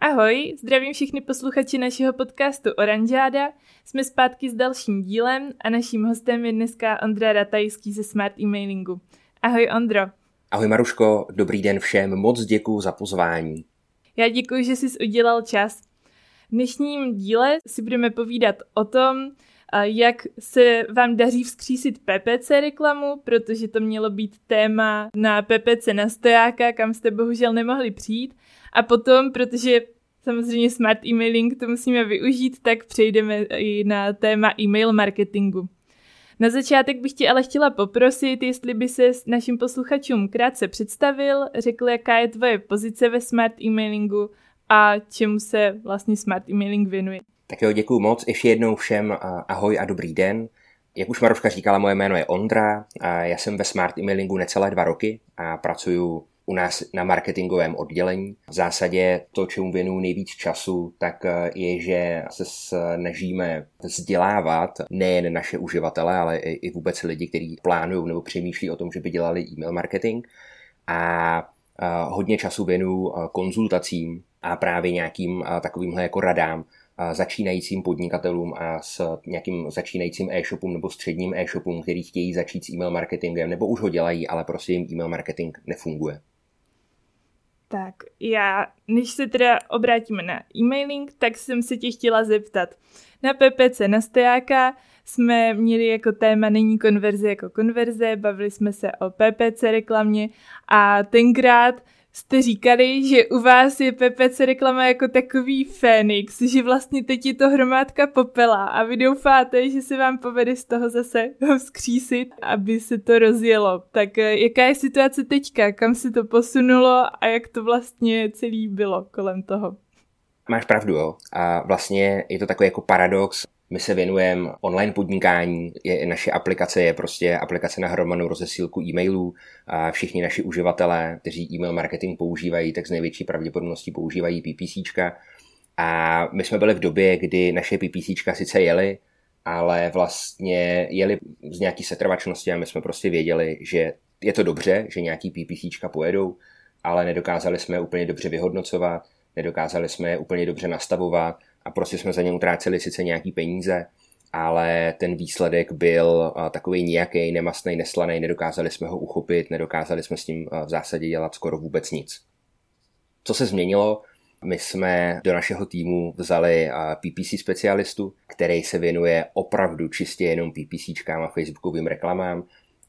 Ahoj, zdravím všechny posluchači našeho podcastu Oranžáda. Jsme zpátky s dalším dílem a naším hostem je dneska Ondra Ratajský ze Smart Emailingu. Ahoj Ondro. Ahoj Maruško, dobrý den všem, moc děkuju za pozvání. Já děkuji, že jsi udělal čas. V dnešním díle si budeme povídat o tom, jak se vám daří vzkřísit PPC reklamu, protože to mělo být téma na PPC na stojáka, kam jste bohužel nemohli přijít. A potom, protože samozřejmě Smart Emailing to musíme využít, tak přejdeme i na téma e-mail marketingu. Na začátek bych tě ale chtěla poprosit, jestli by se našim posluchačům krátce představil, řekl, jaká je tvoje pozice ve Smart Emailingu a čemu se vlastně Smart Emailing věnuje. Tak jo, děkuju moc. Ještě jednou všem ahoj a dobrý den. Jak už Maruška říkala, moje jméno je Ondra a já jsem ve Smart Emailingu necelé 2 roky a pracuju u nás na marketingovém oddělení. V zásadě to, čemu věnuju nejvíc času, tak je, že se snažíme vzdělávat nejen naše uživatele, ale i vůbec lidi, kteří plánují nebo přemýšlí o tom, že by dělali e-mail marketing. A hodně času věnuju konzultacím a právě nějakým takovýmhle jako radám začínajícím podnikatelům a s nějakým začínajícím e-shopům nebo středním e-shopům, který chtějí začít s e-mail marketingem, nebo už ho dělají, ale prostě jim e-mail marketing nefunguje. Tak, než se teda obrátíme na e-mailing, tak jsem se tě chtěla zeptat. Na PPC na stojáka jsme měli jako téma není konverze jako konverze, bavili jsme se o PPC reklamě a tenkrát jste říkali, že u vás je PPC reklama jako takový Fénix, že vlastně teď je to hromádka popela a vy doufáte, že se vám povede z toho zase vzkřísit, aby se to rozjelo. Tak jaká je situace teďka, kam se to posunulo a jak to vlastně celý bylo kolem toho? Máš pravdu, jo. A vlastně je to takový jako paradox. My se věnujeme online podnikání, naše aplikace je prostě aplikace na hromadnou rozesílku e-mailů a všichni naši uživatelé, kteří e-mail marketing používají, tak z největší pravděpodobností používají PPCčka. A my jsme byli v době, kdy naše PPCčka sice jeli, ale vlastně jeli z nějaký setrvačnosti a my jsme prostě věděli, že je to dobře, že nějaký PPCčka pojedou, ale nedokázali jsme je úplně dobře vyhodnocovat, nedokázali jsme je úplně dobře nastavovat, a prostě jsme za ně utráceli sice nějaký peníze, ale ten výsledek byl takový nějaký, nemastný, neslaný, nedokázali jsme ho uchopit, nedokázali jsme s tím v zásadě dělat skoro vůbec nic. Co se změnilo? My jsme do našeho týmu vzali PPC specialistu, který se věnuje opravdu čistě jenom PPCčkám a facebookovým reklamám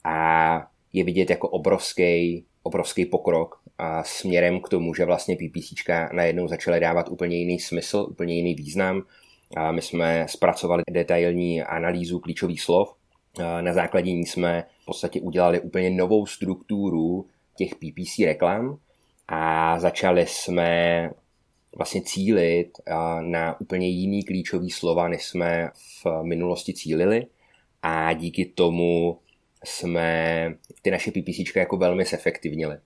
a je vidět jako obrovský pokrok a směrem k tomu, že vlastně PPCčka najednou začaly dávat úplně jiný smysl, úplně jiný význam. A my jsme zpracovali detailní analýzu klíčových slov. Na základě ní jsme v podstatě udělali úplně novou strukturu těch PPC reklam a začali jsme vlastně cílit na úplně jiný klíčový slova, než jsme v minulosti cílili a díky tomu jsme ty naše PPCčka jako velmi zefektivnili.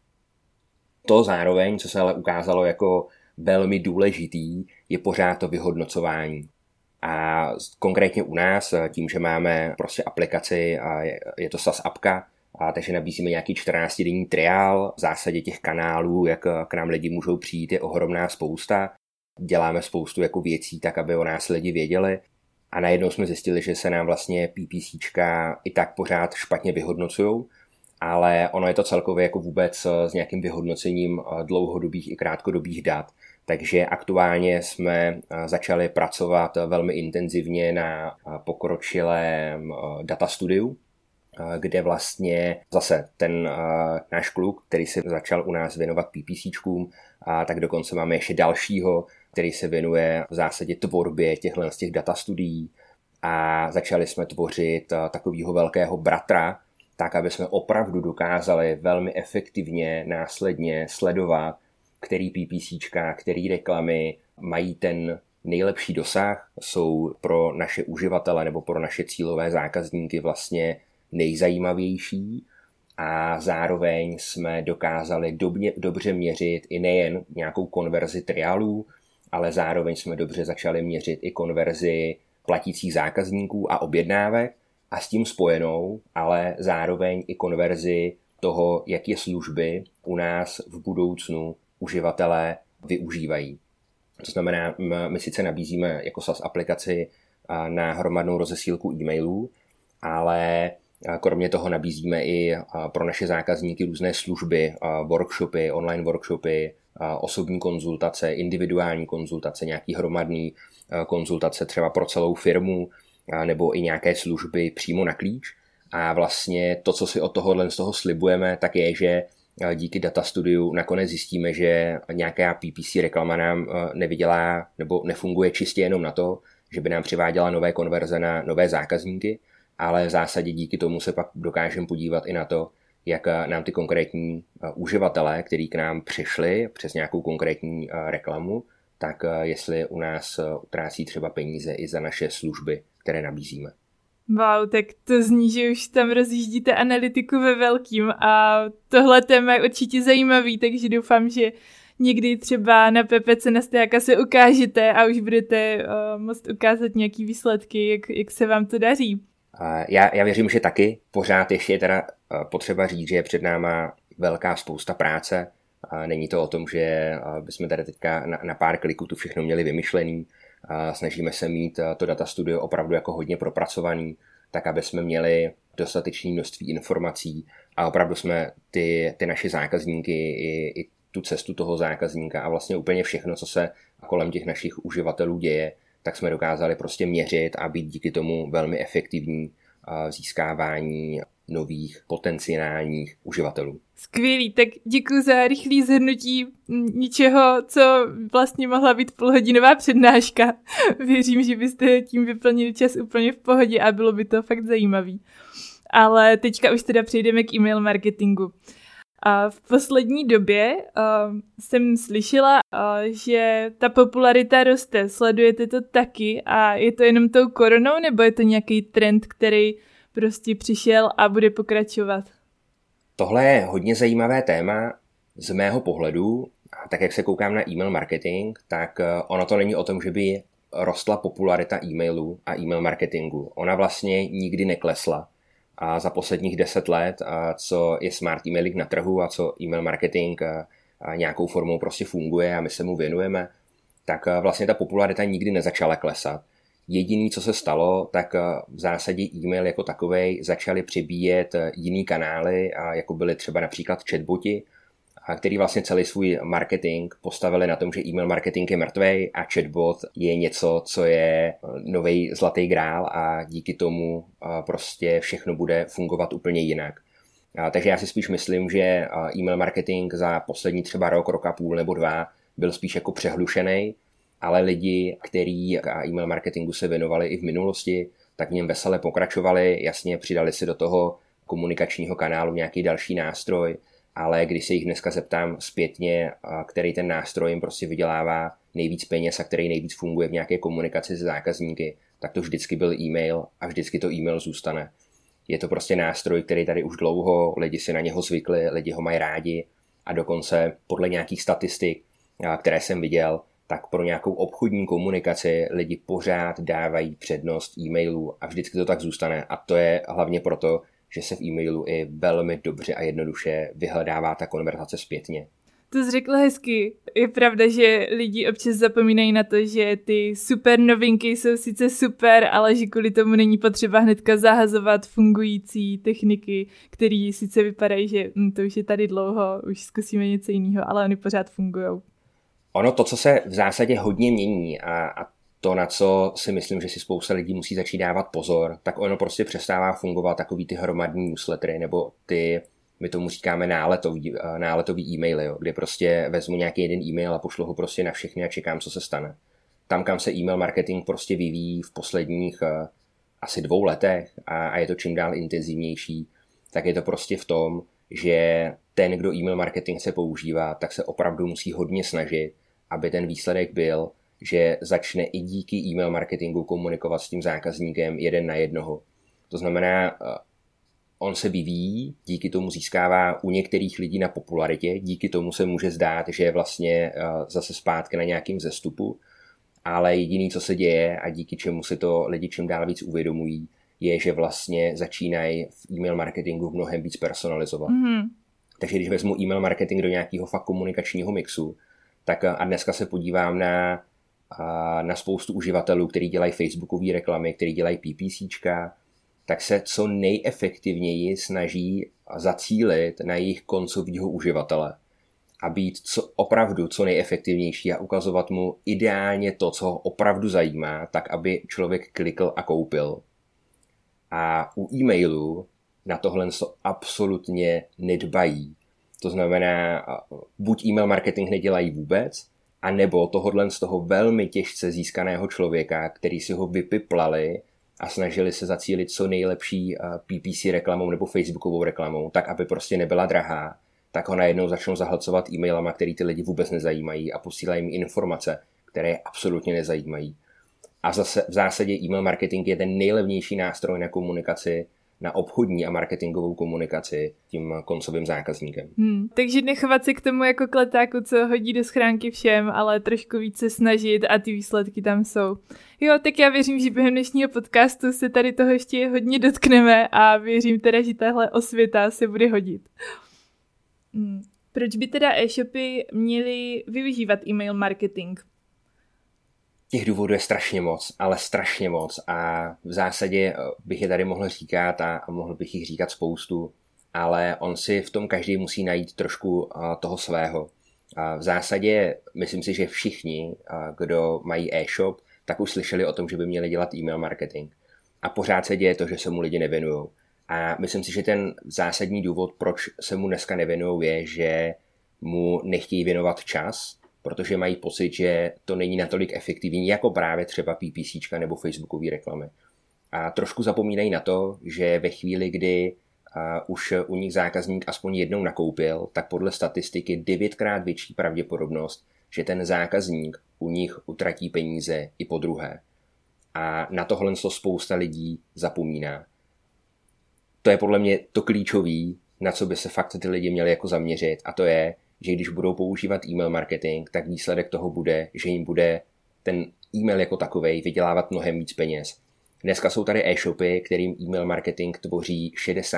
To zároveň, co se ale ukázalo jako velmi důležitý, je pořád to vyhodnocování. A konkrétně u nás, tím, že máme prostě aplikaci a je to SaaS appka, takže nabízíme nějaký 14denní triál, v zásadě těch kanálů, jak k nám lidi můžou přijít, je ohromná spousta. Děláme spoustu jako věcí tak, aby o nás lidi věděli. A najednou jsme zjistili, že se nám vlastně PPCčka i tak pořád špatně vyhodnocujou, ale ono je to celkově jako vůbec s nějakým vyhodnocením dlouhodobých i krátkodobých dat. Takže aktuálně jsme začali pracovat velmi intenzivně na pokročilém data studiu, kde vlastně zase ten náš kluk, který se začal u nás věnovat PPCčkům, tak dokonce máme ještě dalšího, který se věnuje v zásadě tvorbě z těch data studií a začali jsme tvořit takového velkého bratra, tak aby jsme opravdu dokázali velmi efektivně následně sledovat, který PPCčka, který reklamy mají ten nejlepší dosah, jsou pro naše uživatele nebo pro naše cílové zákazníky vlastně nejzajímavější a zároveň jsme dokázali dobře měřit i nejen nějakou konverzi triálů, ale zároveň jsme dobře začali měřit i konverzi platících zákazníků a objednávek a s tím spojenou, ale zároveň i konverzi toho, jaké služby u nás v budoucnu uživatelé využívají. To znamená, my sice nabízíme jako SaaS aplikaci na hromadnou rozesílku e-mailů, ale kromě toho nabízíme i pro naše zákazníky různé služby, workshopy, online workshopy, osobní konzultace, individuální konzultace, nějaký hromadný konzultace třeba pro celou firmu, nebo i nějaké služby přímo na klíč. A vlastně to, co si od tohohle z toho slibujeme, tak je, že díky Data Studiu nakonec zjistíme, že nějaká PPC reklama nám nevydělá nebo nefunguje čistě jenom na to, že by nám přiváděla nové konverze na nové zákazníky, ale v zásadě díky tomu se pak dokážeme podívat i na to, jak nám ty konkrétní uživatelé, kteří k nám přišli přes nějakou konkrétní reklamu, tak jestli u nás utrácí třeba peníze i za naše služby, které nabízíme. Wow, tak to zní, že už tam rozjíždíte analytiku ve velkým a tohle téma je určitě zajímavý, takže doufám, že někdy třeba na PPC na Stejáka se ukážete a už budete moct ukázat nějaký výsledky, jak se vám to daří. Já věřím, že taky. Pořád ještě je teda potřeba říct, že je před náma velká spousta práce. Není to o tom, že bychom tady teďka na pár kliků tu všechno měli vymyšlený. Snažíme se mít to Data Studio opravdu jako hodně propracovaný, tak aby jsme měli dostatečné množství informací a opravdu jsme ty naše zákazníky i tu cestu toho zákazníka a vlastně úplně všechno, co se kolem těch našich uživatelů děje, tak jsme dokázali prostě měřit a být díky tomu velmi efektivní v získávání nových potenciálních uživatelů. Skvělý, tak děkuji za rychlý shrnutí něčeho, co vlastně mohla být půlhodinová přednáška. Věřím, že byste tím vyplnili čas úplně v pohodě a bylo by to fakt zajímavý. Ale teďka už teda přejdeme k e-mail marketingu. A v poslední době jsem slyšela, že ta popularita roste. Sledujete to taky a je to jenom tou koronou, nebo je to nějaký trend, který prostě přišel a bude pokračovat? Tohle je hodně zajímavé téma z mého pohledu. Tak jak se koukám na e-mail marketing, tak ono to není o tom, že by rostla popularita e-mailu a e-mail marketingu. Ona vlastně nikdy neklesla. A za posledních 10 let, co je smart emailing na trhu a co e-mail marketing nějakou formou prostě funguje a my se mu věnujeme, tak vlastně ta popularita nikdy nezačala klesat. Jediné, co se stalo, tak v zásadě e-mail jako takovej začaly přibíjet jiný kanály, jako byly třeba například chatboti, který vlastně celý svůj marketing postavili na tom, že e-mail marketing je mrtvej a chatbot je něco, co je novej zlatý grál a díky tomu prostě všechno bude fungovat úplně jinak. Takže já si spíš myslím, že e-mail marketing za poslední třeba rok a půl nebo 2 byl spíš jako přehlušený, ale lidi, kteří e-mail marketingu se věnovali i v minulosti, tak v něm vesele pokračovali, jasně přidali si do toho komunikačního kanálu nějaký další nástroj, ale když se jich dneska zeptám zpětně, který ten nástroj jim prostě vydělává nejvíc peněz a který nejvíc funguje v nějaké komunikaci s zákazníky, tak to vždycky byl e-mail a vždycky to e-mail zůstane. Je to prostě nástroj, který tady už dlouho, lidi si na něho zvykli, lidi ho mají rádi a dokonce podle nějakých statistik, které jsem viděl, tak pro nějakou obchodní komunikaci lidi pořád dávají přednost e-mailu a vždycky to tak zůstane. A to je hlavně proto, že se v e-mailu i velmi dobře a jednoduše vyhledává ta konverzace zpětně. To jsi řekl hezky. Je pravda, že lidi občas zapomínají na to, že ty super novinky jsou sice super, ale že kvůli tomu není potřeba hnedka zahazovat fungující techniky, které sice vypadají, že to už je tady dlouho, už zkusíme něco jiného, ale oni pořád fungujou. Ono to, co se v zásadě hodně mění a to, na co si myslím, že si spousta lidí musí začít dávat pozor, tak ono prostě přestává fungovat takový ty hromadní newslettery nebo ty, my tomu říkáme náletový e-maily, jo, kde prostě vezmu nějaký jeden e-mail a pošlu ho prostě na všechny a čekám, co se stane. Tam, kam se e-mail marketing prostě vyvíjí v posledních asi 2 letech a je to čím dál intenzivnější, tak je to prostě v tom, že ten, kdo e-mail marketing chce používat, tak se opravdu musí hodně snažit, aby ten výsledek byl, že začne i díky e-mail marketingu komunikovat s tím zákazníkem 1 na 1. To znamená, on se vyvíjí, díky tomu získává u některých lidí na popularitě, díky tomu se může zdát, že je vlastně zase zpátky na nějakým vzestupu, ale jediný, co se děje a díky čemu si to lidi čím dál víc uvědomují, je, že vlastně začínají v e-mail marketingu mnohem víc personalizovat. Takže když vezmu e-mail marketing do nějakého fakt komunikačního mixu, tak a dneska se podívám na na spoustu uživatelů, kteří dělají facebookové reklamy, kteří dělají PPCčka, tak se co nejefektivněji snaží zacílit na jejich koncového uživatele a být opravdu co nejefektivnější a ukazovat mu ideálně to, co ho opravdu zajímá, tak aby člověk klikl a koupil. A u e-mailu na tohle absolutně nedbají. To znamená, buď e-mail marketing nedělají vůbec, anebo tohodle z toho velmi těžce získaného člověka, který si ho vypiplali a snažili se zacílit co nejlepší PPC reklamou nebo facebookovou reklamou, tak aby prostě nebyla drahá, tak ho najednou začnou zahlcovat e-mailama, který ty lidi vůbec nezajímají a posílají jim informace, které je absolutně nezajímají. A zase v zásadě e-mail marketing je ten nejlevnější nástroj na komunikaci, na obchodní a marketingovou komunikaci tím koncovým zákazníkem. Takže nechovat se k tomu jako k letáku, co hodí do schránky všem, ale trošku více snažit a ty výsledky tam jsou. Jo, tak já věřím, že během dnešního podcastu se tady toho ještě hodně dotkneme a věřím teda, že tahle osvěta se bude hodit. Proč by teda e-shopy měly využívat e-mail marketing? Těch důvodů je strašně moc, ale strašně moc a v zásadě bych je tady mohl říkat a mohl bych jich říkat spoustu, ale on si v tom každý musí najít trošku toho svého. V zásadě myslím si, že všichni, kdo mají e-shop, tak už slyšeli o tom, že by měli dělat e-mail marketing. A pořád se děje to, že se mu lidi nevěnují. A myslím si, že ten zásadní důvod, proč se mu dneska nevěnují, je, že mu nechtějí věnovat čas, protože mají pocit, že to není natolik efektivní jako právě třeba PPCčka nebo facebookové reklamy. A trošku zapomínají na to, že ve chvíli, kdy už u nich zákazník aspoň jednou nakoupil, tak podle statistiky 9krát větší pravděpodobnost, že ten zákazník u nich utratí peníze i podruhé. A na tohle spousta lidí zapomíná. To je podle mě to klíčové, na co by se fakt ty lidi měli jako zaměřit, a to je, že když budou používat e-mail marketing, tak výsledek toho bude, že jim bude ten e-mail jako takovej vydělávat mnohem víc peněz. Dneska jsou tady e-shopy, kterým e-mail marketing tvoří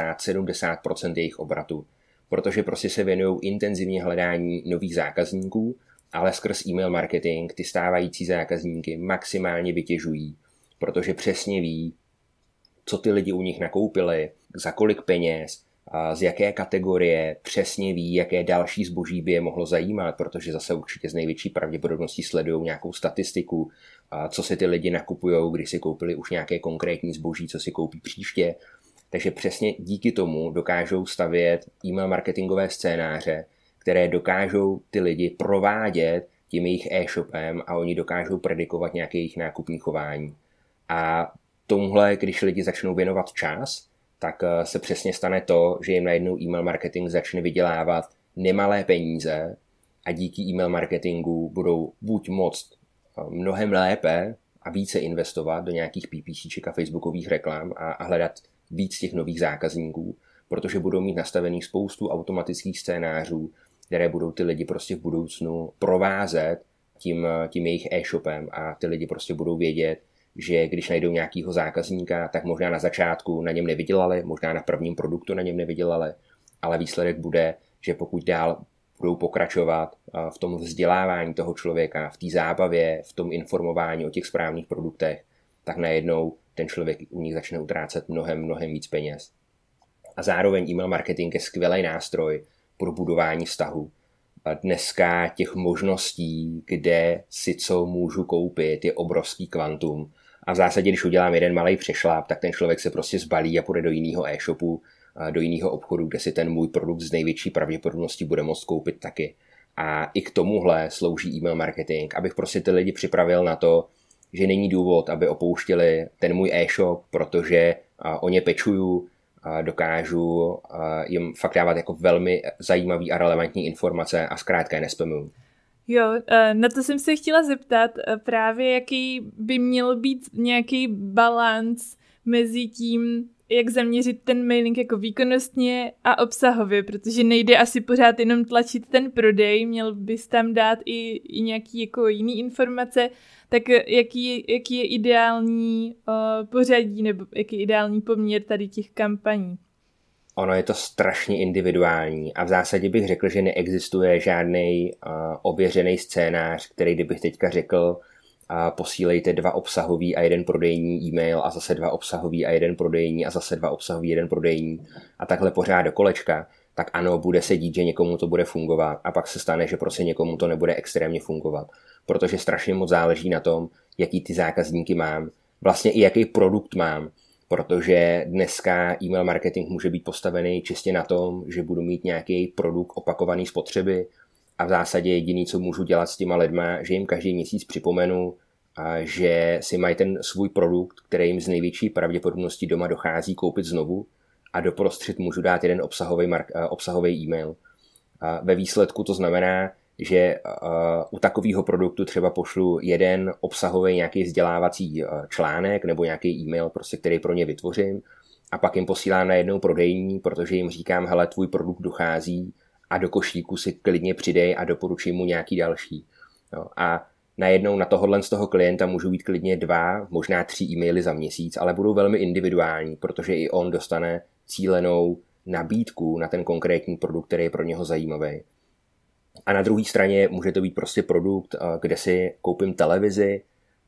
60-70% jejich obratu, protože prostě se věnují intenzivně hledání nových zákazníků, ale skrz e-mail marketing ty stávající zákazníky maximálně vytěžují, protože přesně ví, co ty lidi u nich nakoupili, za kolik peněz, z jaké kategorie, přesně ví, jaké další zboží by je mohlo zajímat, protože zase určitě z největší pravděpodobností sledují nějakou statistiku, co si ty lidi nakupují, když si koupili už nějaké konkrétní zboží, co si koupí příště. Takže přesně díky tomu dokážou stavět e-mail marketingové scénáře, které dokážou ty lidi provádět tím jejich e-shopem a oni dokážou predikovat nějaké jejich nákupní chování. A tomuhle, když lidi začnou věnovat čas, tak se přesně stane to, že jim najednou e-mail marketing začne vydělávat nemalé peníze a díky e-mail marketingu budou buď moct mnohem lépe a více investovat do nějakých PPCček a facebookových reklam a hledat víc těch nových zákazníků, protože budou mít nastavených spoustu automatických scénářů, které budou ty lidi prostě v budoucnu provázet tím jejich e-shopem a ty lidi prostě budou vědět, že když najdou nějakého zákazníka, tak možná na začátku na něm nevydělali, možná na prvním produktu na něm nevydělali, ale výsledek bude, že pokud dál budou pokračovat v tom vzdělávání toho člověka, v té zábavě, v tom informování o těch správných produktech, tak najednou ten člověk u nich začne utrácet mnohem víc peněz. A zároveň e-mail marketing je skvělý nástroj pro budování vztahu. Dneska těch možností, kde si co můžu koupit, je obrovský kvantum. A v zásadě, když udělám jeden malej přešláp, tak ten člověk se prostě zbalí a půjde do jiného e-shopu, do jiného obchodu, kde si ten můj produkt z největší pravděpodobností bude moct koupit taky. A i k tomuhle slouží e-mail marketing, abych prostě ty lidi připravil na to, že není důvod, aby opouštěli ten můj e-shop, protože o ně pečuju, dokážu jim fakt dávat jako velmi zajímavý a relevantní informace a zkrátka je nespamuju. Jo, na to jsem se chtěla zeptat právě, jaký by měl být nějaký balanc mezi tím, jak zaměřit ten mailing jako výkonnostně a obsahově, protože nejde asi pořád jenom tlačit ten prodej, měl bys tam dát i nějaký jako jiný informace, tak jaký je ideální pořadí nebo jaký je ideální poměr tady těch kampaní? Ono je to strašně individuální a v zásadě bych řekl, že neexistuje žádný ověřený scénář, který kdybych teďka řekl, a posílejte 2 obsahový a 1 prodejní e-mail a zase 2 obsahový a 1 prodejní a zase 2 obsahový, 1 prodejní a takhle pořád do kolečka, tak ano, bude se dít, že někomu to bude fungovat a pak se stane, že prostě někomu to nebude extrémně fungovat, protože strašně moc záleží na tom, jaký ty zákazníky mám, vlastně i jaký produkt mám, protože dneska e-mail marketing může být postavený čistě na tom, že budu mít nějaký produkt opakovaný spotřeby a v zásadě jediný, co můžu dělat s těma lidma, že jim každý měsíc připomenu, že si mají ten svůj produkt, který jim z největší pravděpodobností doma dochází, koupit znovu a doprostřed můžu dát jeden obsahový e-mail. Ve výsledku to znamená, že u takového produktu třeba pošlu jeden obsahový nějaký vzdělávací článek nebo nějaký e-mail, prostě, který pro ně vytvořím a pak jim posílám na jednou prodejní, protože jim říkám, hele, tvůj produkt dochází a do košíku si klidně přidej a doporučím mu nějaký další. No, a najednou na tohohle z toho klienta můžu být klidně 2, možná 3 e-maily za měsíc, ale budou velmi individuální, protože i on dostane cílenou nabídku na ten konkrétní produkt, který je pro něho zajímavý. A na druhé straně může to být prostě produkt, kde si koupím televizi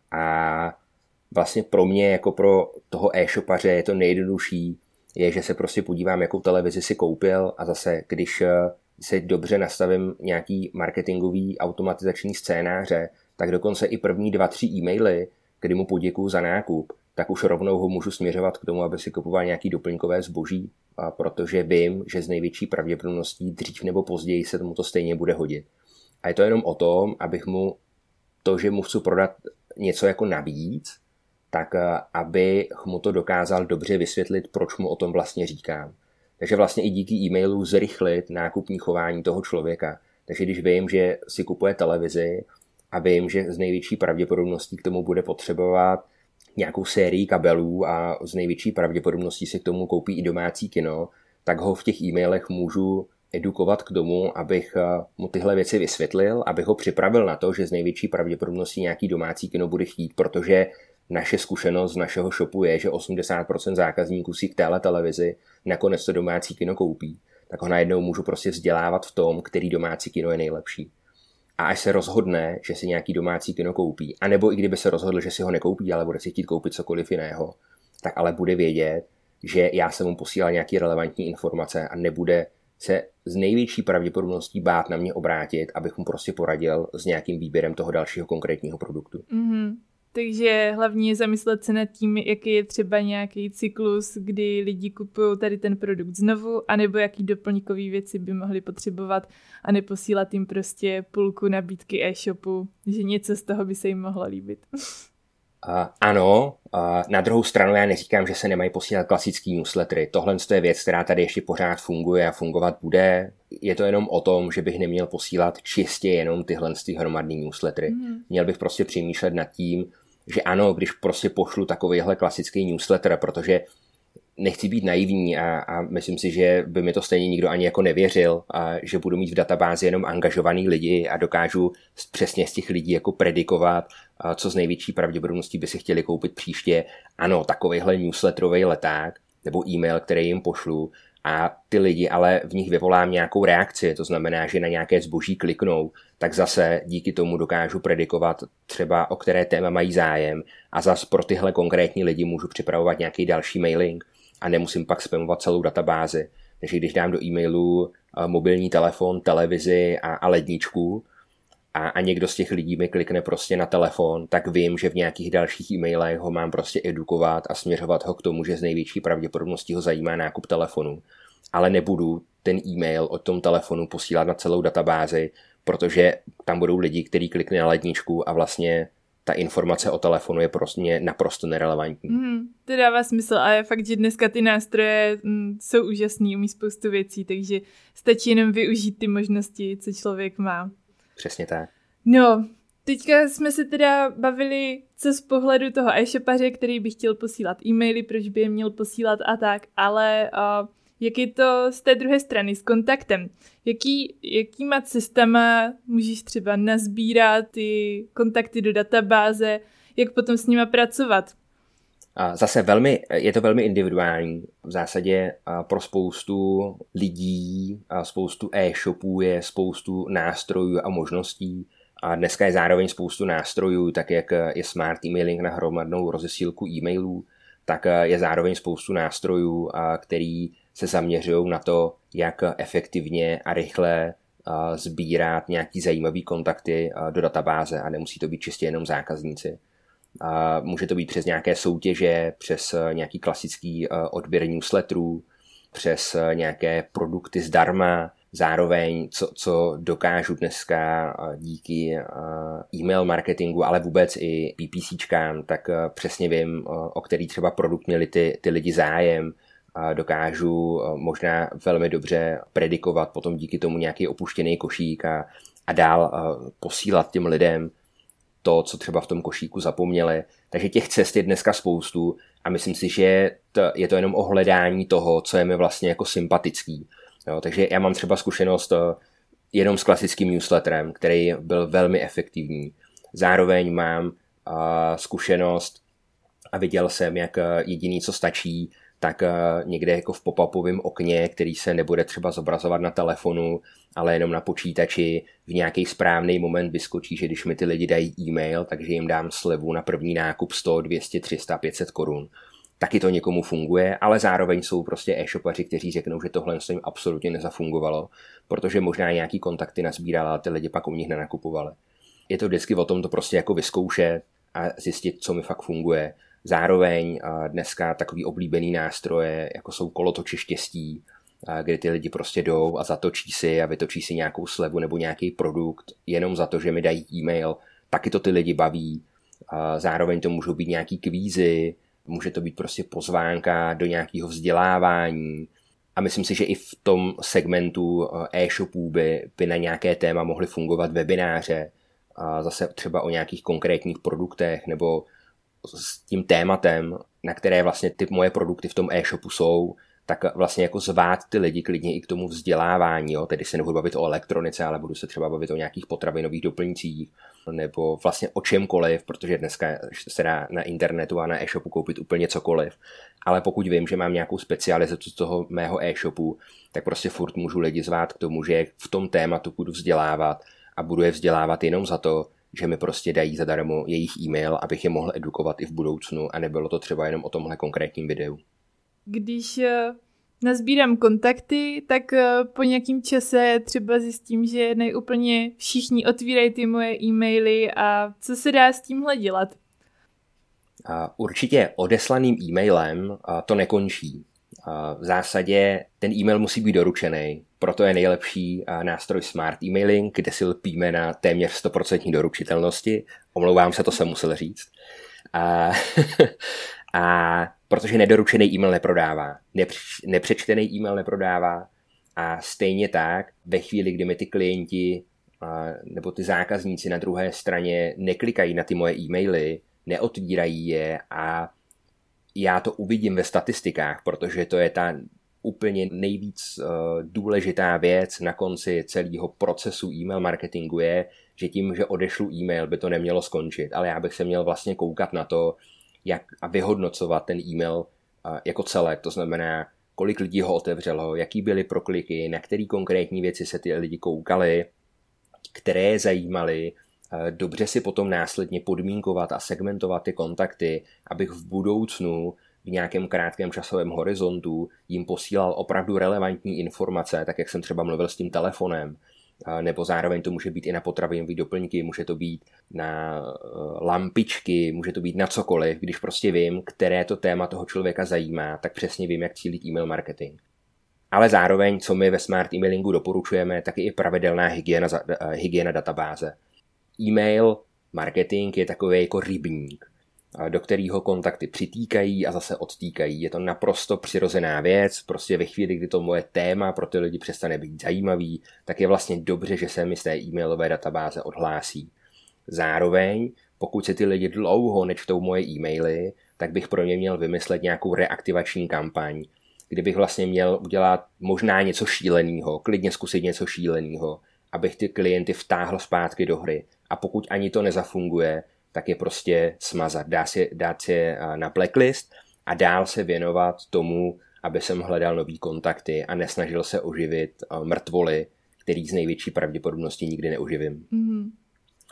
a vlastně pro mě, jako pro toho e-shopaře je to nejjednodušší, je, že se prostě podívám, jakou televizi si koupil a zase, když si dobře nastavím nějaký marketingový automatizační scénáře, tak dokonce i první 2-3 e-maily, kdy mu poděkuju za nákup, tak už rovnou ho můžu směřovat k tomu, aby si kupoval nějaký doplňkové zboží, protože vím, že z největší pravděpodobností dřív nebo později se tomu to stejně bude hodit. A je to jenom o tom, abych mu to, že mu chci prodat něco jako navíc, tak abych mu to dokázal dobře vysvětlit, proč mu o tom vlastně říkám. Takže vlastně i díky e-mailu zrychlit nákupní chování toho člověka. Takže když vím, že si kupuje televizi a vím, že z největší pravděpodobností k tomu bude potřebovat nějakou sérii kabelů a z největší pravděpodobností si k tomu koupí i domácí kino, tak ho v těch e-mailech můžu edukovat k tomu, abych mu tyhle věci vysvětlil, abych ho připravil na to, že z největší pravděpodobností nějaký domácí kino bude chtít, protože naše zkušenost z našeho shopu je, že 80% zákazníků si k téhle televizi nakonec to domácí kino koupí. Tak ho najednou můžu prostě vzdělávat v tom, který domácí kino je nejlepší. A až se rozhodne, že si nějaký domácí kino koupí, anebo i kdyby se rozhodl, že si ho nekoupí, ale bude si chtít koupit cokoliv jiného, tak ale bude vědět, že já jsem mu posílal nějaké relevantní informace a nebude se z největší pravděpodobností bát na mě obrátit, abych mu prostě poradil s nějakým výběrem toho dalšího konkrétního produktu. Mm-hmm. Takže hlavně zamyslet se nad tím, jaký je třeba nějaký cyklus, kdy lidi kupují tady ten produkt znovu, anebo jaký doplňkový věci by mohli potřebovat a neposílat jim prostě půlku nabídky e-shopu, že něco z toho by se jim mohlo líbit. Ano, na druhou stranu já neříkám, že se nemají posílat klasický newslettery. Tohle je věc, která tady ještě pořád funguje a fungovat bude. Je to jenom o tom, že bych neměl posílat čistě jenom tyhle hromadný newslettery. Měl bych prostě přemýšlet nad tím, že ano, když prostě pošlu takovýhle klasický newsletter, protože nechci být naivní a myslím si, že by mi to stejně nikdo ani jako nevěřil, a že budu mít v databázi jenom angažovaný lidi a dokážu přesně z těch lidí jako predikovat, co z největší pravděpodobností by si chtěli koupit příště. Ano, takovejhle newsletterový leták nebo e-mail, který jim pošlu a ty lidi ale v nich vyvolám nějakou reakci, to znamená, že na nějaké zboží kliknou, tak zase díky tomu dokážu predikovat třeba o které téma mají zájem a zase pro tyhle konkrétní lidi můžu připravovat nějaký další mailing a nemusím pak spamovat celou databázi. Takže když dám do e-mailu mobilní telefon, televizi a ledničku a někdo z těch lidí mi klikne prostě na telefon, tak vím, že v nějakých dalších e-mailech ho mám prostě edukovat a směřovat ho k tomu, že z největší pravděpodobností ho zajímá nákup telefonu. Ale nebudu ten e-mail od tom telefonu posílat na celou databázi, protože tam budou lidi, kteří klikne na ledničku a vlastně ta informace o telefonu je prostě naprosto nerelevantní. To dává smysl a je fakt, že dneska ty nástroje jsou úžasný, umí spoustu věcí, takže stačí jenom využít ty možnosti, co člověk má. Přesně tak. No, teďka jsme se teda bavili, co z pohledu toho e-shopaře, který by chtěl posílat e-maily, proč by je měl posílat a tak, ale jak je to z té druhé strany, s kontaktem? Jakýma cestama můžeš třeba nazbírat ty kontakty do databáze, jak potom s nima pracovat? Zase je to velmi individuální. V zásadě pro spoustu lidí, spoustu e-shopů je spoustu nástrojů a možností. A dneska je zároveň spoustu nástrojů, tak jak je smart emailing na hromadnou rozesílku e-mailů, tak je zároveň spoustu nástrojů, který se zaměřují na to, jak efektivně a rychle sbírat nějaký zajímavý kontakty do databáze a nemusí to být čistě jenom zákazníci. Může to být přes nějaké soutěže, přes nějaký klasický odběr newsletterů, přes nějaké produkty zdarma, zároveň, co dokážu dneska díky e-mail marketingu, ale vůbec i PPCčkám, tak přesně vím, o který třeba produkt měli ty lidi zájem. Dokážu možná velmi dobře predikovat potom díky tomu nějaký opuštěný košík a dál posílat těm lidem to, co třeba v tom košíku zapomněli. Takže těch cest je dneska spoustu a myslím si, že je to jenom o hledání toho, co je mi vlastně jako sympatický. Jo, takže já mám třeba zkušenost jenom s klasickým newsletterem, který byl velmi efektivní. Zároveň mám zkušenost a viděl jsem, jak jediný, co stačí, tak někde jako v pop-upovém okně, který se nebude třeba zobrazovat na telefonu, ale jenom na počítači, v nějaký správný moment vyskočí, že když mi ty lidi dají e-mail, takže jim dám slevu na první nákup 100, 200, 300, 500 korun. Taky to někomu funguje, ale zároveň jsou prostě e-shopaři, kteří řeknou, že tohle jim absolutně nezafungovalo, protože možná nějaký kontakty nazbírala a ty lidi pak u nich nenakupovali. Je to vždycky o tom to prostě jako vyzkoušet a zjistit, co mi fakt funguje. Zároveň dneska takový oblíbený nástroje, jako jsou kolotoče štěstí, kde ty lidi prostě jdou a zatočí si a vytočí si nějakou slevu nebo nějaký produkt jenom za to, že mi dají e-mail, taky to ty lidi baví. Zároveň to můžou být nějaký kvízy, může to být prostě pozvánka do nějakého vzdělávání. A myslím si, že i v tom segmentu e-shopů by na nějaké téma mohly fungovat webináře, zase třeba o nějakých konkrétních produktech nebo s tím tématem, na které vlastně ty moje produkty v tom e-shopu jsou, tak vlastně jako zvát ty lidi klidně i k tomu vzdělávání. Jo? Tedy se nebudu bavit o elektronice, ale budu se třeba bavit o nějakých potravinových doplňcích nebo vlastně o čemkoliv, protože dneska se dá na internetu a na e-shopu koupit úplně cokoliv. Ale pokud vím, že mám nějakou specializaci z toho mého e-shopu, tak prostě furt můžu lidi zvát k tomu, že v tom tématu budu vzdělávat a budu je vzdělávat jenom za to, že mi prostě dají zadarmo jejich e-mail, abych je mohl edukovat i v budoucnu a nebylo to třeba jenom o tomhle konkrétním videu. Když nazbírám kontakty, tak po nějakém čase třeba zjistím, že neúplně všichni otvírají ty moje e-maily a co se dá s tímhle dělat? Určitě odeslaným e-mailem to nekončí. V zásadě ten e-mail musí být doručený, proto je nejlepší nástroj Smart Emailing, kde si lpíme na téměř 100% doručitelnosti. Omlouvám se, to jsem musel říct. A protože nedoručený e-mail neprodává, nepřečtený e-mail neprodává a stejně tak ve chvíli, kdy mi ty klienti nebo ty zákazníci na druhé straně neklikají na ty moje e-maily, neotvírají je a já to uvidím ve statistikách, protože to je ta úplně nejvíc důležitá věc na konci celého procesu e-mail marketingu je, že tím, že odešlu e-mail, by to nemělo skončit, ale já bych se měl vlastně koukat na to, jak a vyhodnocovat ten e-mail jako celek, to znamená, kolik lidí ho otevřelo, jaký byly prokliky, na který konkrétní věci se ty lidi koukali, které je zajímaly, dobře si potom následně podmínkovat a segmentovat ty kontakty, abych v budoucnu v nějakém krátkém časovém horizontu jim posílal opravdu relevantní informace, tak jak jsem třeba mluvil s tím telefonem, nebo zároveň to může být i na potravinové doplňky, může to být na lampičky, může to být na cokoliv, když prostě vím, které to téma toho člověka zajímá, tak přesně vím, jak cílit e-mail marketing. Ale zároveň, co my ve Smart Emailingu doporučujeme, tak je i pravidelná hygiena databáze. E-mail marketing je takový jako rybník, do kterého kontakty přitýkají a zase odtýkají. Je to naprosto přirozená věc, prostě ve chvíli, kdy to moje téma pro ty lidi přestane být zajímavý, tak je vlastně dobře, že se mi z té e-mailové databáze odhlásí. Zároveň, pokud se ty lidi dlouho nečtou moje e-maily, tak bych pro ně měl vymyslet nějakou reaktivační kampaň, kdybych vlastně měl udělat možná něco šíleného, klidně zkusit něco šíleného, abych ty klienty vtáhl zpátky do hry. A pokud ani to nezafunguje, tak je prostě smazat, dát si na blacklist a dál se věnovat tomu, aby jsem hledal nový kontakty a nesnažil se oživit mrtvoly, který z největší pravděpodobností nikdy neoživím. Mm-hmm.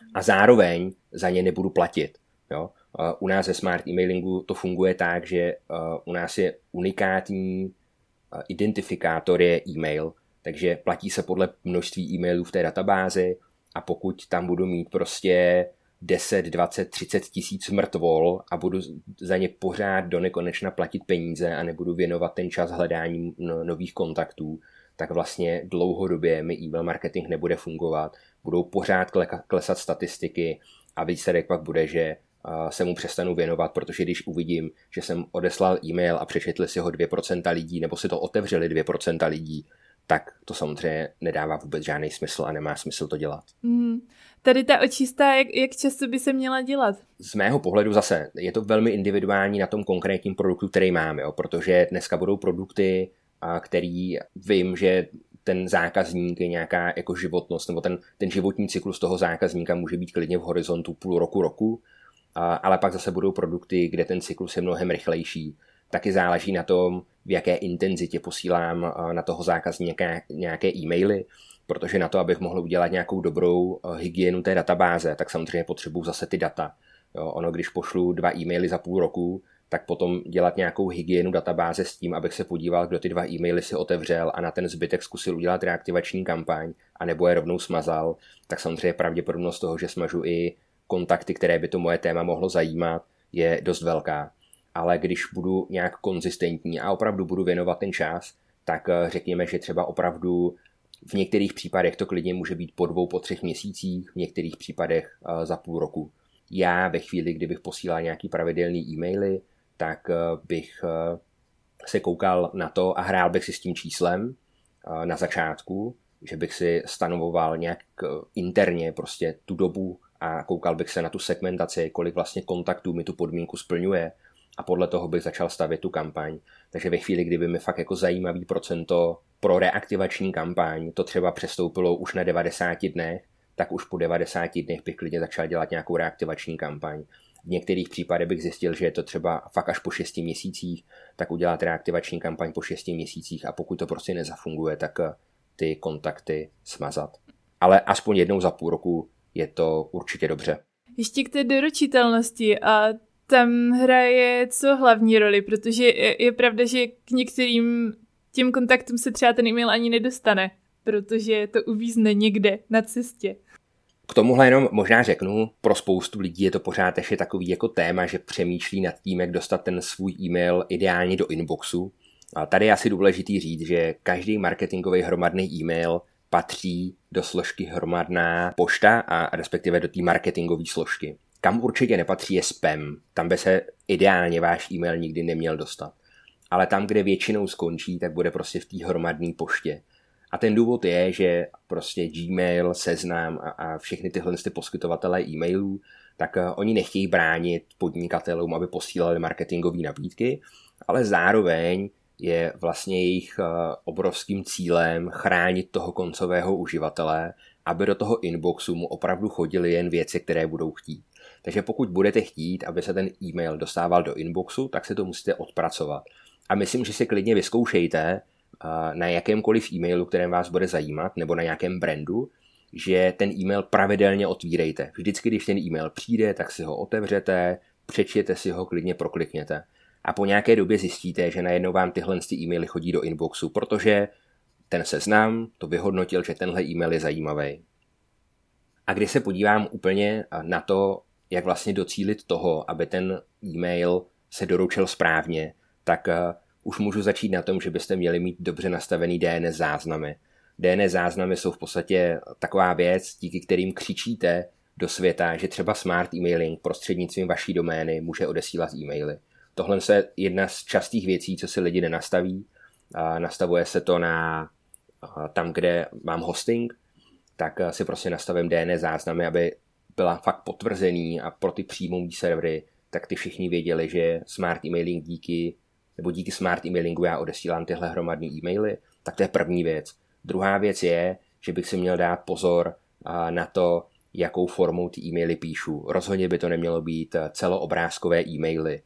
a zároveň za ně nebudu platit. Jo? U nás ve Smart Emailingu to funguje tak, že u nás je unikátní identifikátor je e-mail, takže platí se podle množství e-mailů v té databázi a pokud tam budu mít prostě 10, 20, 30 tisíc mrtvol a budu za ně pořád do nekonečna platit peníze a nebudu věnovat ten čas hledání nových kontaktů, tak vlastně dlouhodobě mi e-mail marketing nebude fungovat, budou pořád klesat statistiky a výsledek pak bude, že se mu přestanu věnovat, protože když uvidím, že jsem odeslal e-mail a přečetli si ho 2% lidí nebo si to otevřeli 2% lidí, tak to samozřejmě nedává vůbec žádný smysl a nemá smysl to dělat. Tady ta očista, jak často by se měla dělat? Z mého pohledu zase je to velmi individuální na tom konkrétním produktu, který máme, jo, protože dneska budou produkty, který vím, že ten zákazník je nějaká jako životnost, nebo ten životní cyklus toho zákazníka může být klidně v horizontu půl roku, ale pak zase budou produkty, kde ten cyklus je mnohem rychlejší. Taky záleží na tom, v jaké intenzitě posílám na toho zákazníka nějaké e-maily, protože na to, abych mohl udělat nějakou dobrou hygienu té databáze, tak samozřejmě potřebuji zase ty data. Jo, ono, když pošlu 2 e-maily za půl roku, tak potom dělat nějakou hygienu databáze s tím, abych se podíval, kdo ty 2 e-maily si otevřel a na ten zbytek zkusil udělat reaktivační kampaň a nebo je rovnou smazal, tak samozřejmě pravděpodobnost toho, že smažu i kontakty, které by to moje téma mohlo zajímat, je dost velká. Ale když budu nějak konzistentní a opravdu budu věnovat ten čas, tak řekněme, že třeba opravdu v některých případech to klidně může být po 2, po 3 měsících, v některých případech za půl roku. Já ve chvíli, kdybych posílal nějaký pravidelný e-maily, tak bych se koukal na to a hrál bych si s tím číslem na začátku, že bych si stanovoval nějak interně prostě tu dobu a koukal bych se na tu segmentaci, kolik vlastně kontaktů mi tu podmínku splňuje a podle toho bych začal stavět tu kampaň. Takže ve chvíli, kdyby mi fakt jako zajímavý procento pro reaktivační kampaň to třeba přestoupilo už na 90 dnech, tak už po 90 dnech bych klidně začal dělat nějakou reaktivační kampaň. V některých případech bych zjistil, že je to třeba fakt až po 6 měsících, tak udělat reaktivační kampaň po 6 měsících a pokud to prostě nezafunguje, tak ty kontakty smazat. Ale aspoň jednou za půl roku je to určitě dobře. Ještě k té doručitelnosti a tam hraje co hlavní roli, protože je pravda, že k některým těm kontaktům se třeba ten e-mail ani nedostane, protože to uvízne někde na cestě. K tomuhle jenom možná řeknu, pro spoustu lidí je to pořád ještě takový jako téma, že přemýšlí nad tím, jak dostat ten svůj e-mail ideálně do inboxu. A tady je asi důležitý říct, že každý marketingový hromadný e-mail patří do složky hromadná pošta a respektive do té marketingové složky. Kam určitě nepatří je spam, tam by se ideálně váš e-mail nikdy neměl dostat. Ale tam, kde většinou skončí, tak bude prostě v té hromadné poště. A ten důvod je, že prostě Gmail, Seznam a všechny tyhle poskytovatelé e-mailů, tak oni nechtějí bránit podnikatelům, aby posílali marketingové nabídky, ale zároveň je vlastně jejich obrovským cílem chránit toho koncového uživatele, aby do toho inboxu mu opravdu chodily jen věci, které budou chtít. Takže pokud budete chtít, aby se ten e-mail dostával do inboxu, tak se to musíte odpracovat. A myslím, že si klidně vyzkoušejte na jakémkoliv e-mailu, kterém vás bude zajímat, nebo na nějakém brandu, že ten e-mail pravidelně otvírejte. Vždycky, když ten e-mail přijde, tak si ho otevřete, přečtěte si ho, klidně proklikněte. A po nějaké době zjistíte, že najednou vám tyhle e-maily chodí do inboxu, protože ten Seznam to vyhodnotil, že tenhle e-mail je zajímavý. A když se podívám úplně na to, jak vlastně docílit toho, aby ten e-mail se doručil správně, tak už můžu začít na tom, že byste měli mít dobře nastavený DNS záznamy. DNS záznamy jsou v podstatě taková věc, díky kterým křičíte do světa, že třeba smart emailing prostřednictvím vaší domény může odesílat e-maily. Tohle je jedna z častých věcí, co si lidi nenastaví. Nastavuje se to na tam, kde mám hosting, tak si prostě nastavím DNS záznamy, aby byla fakt potvrzený a pro ty příjmové servery, tak ty všichni věděli, že smart emailing díky smart emailingu já odesílám tyhle hromadné e-maily, tak to je první věc. Druhá věc je, že bych si měl dát pozor na to, jakou formou ty e-maily píšu. Rozhodně by to nemělo být celoobrázkové e-maily.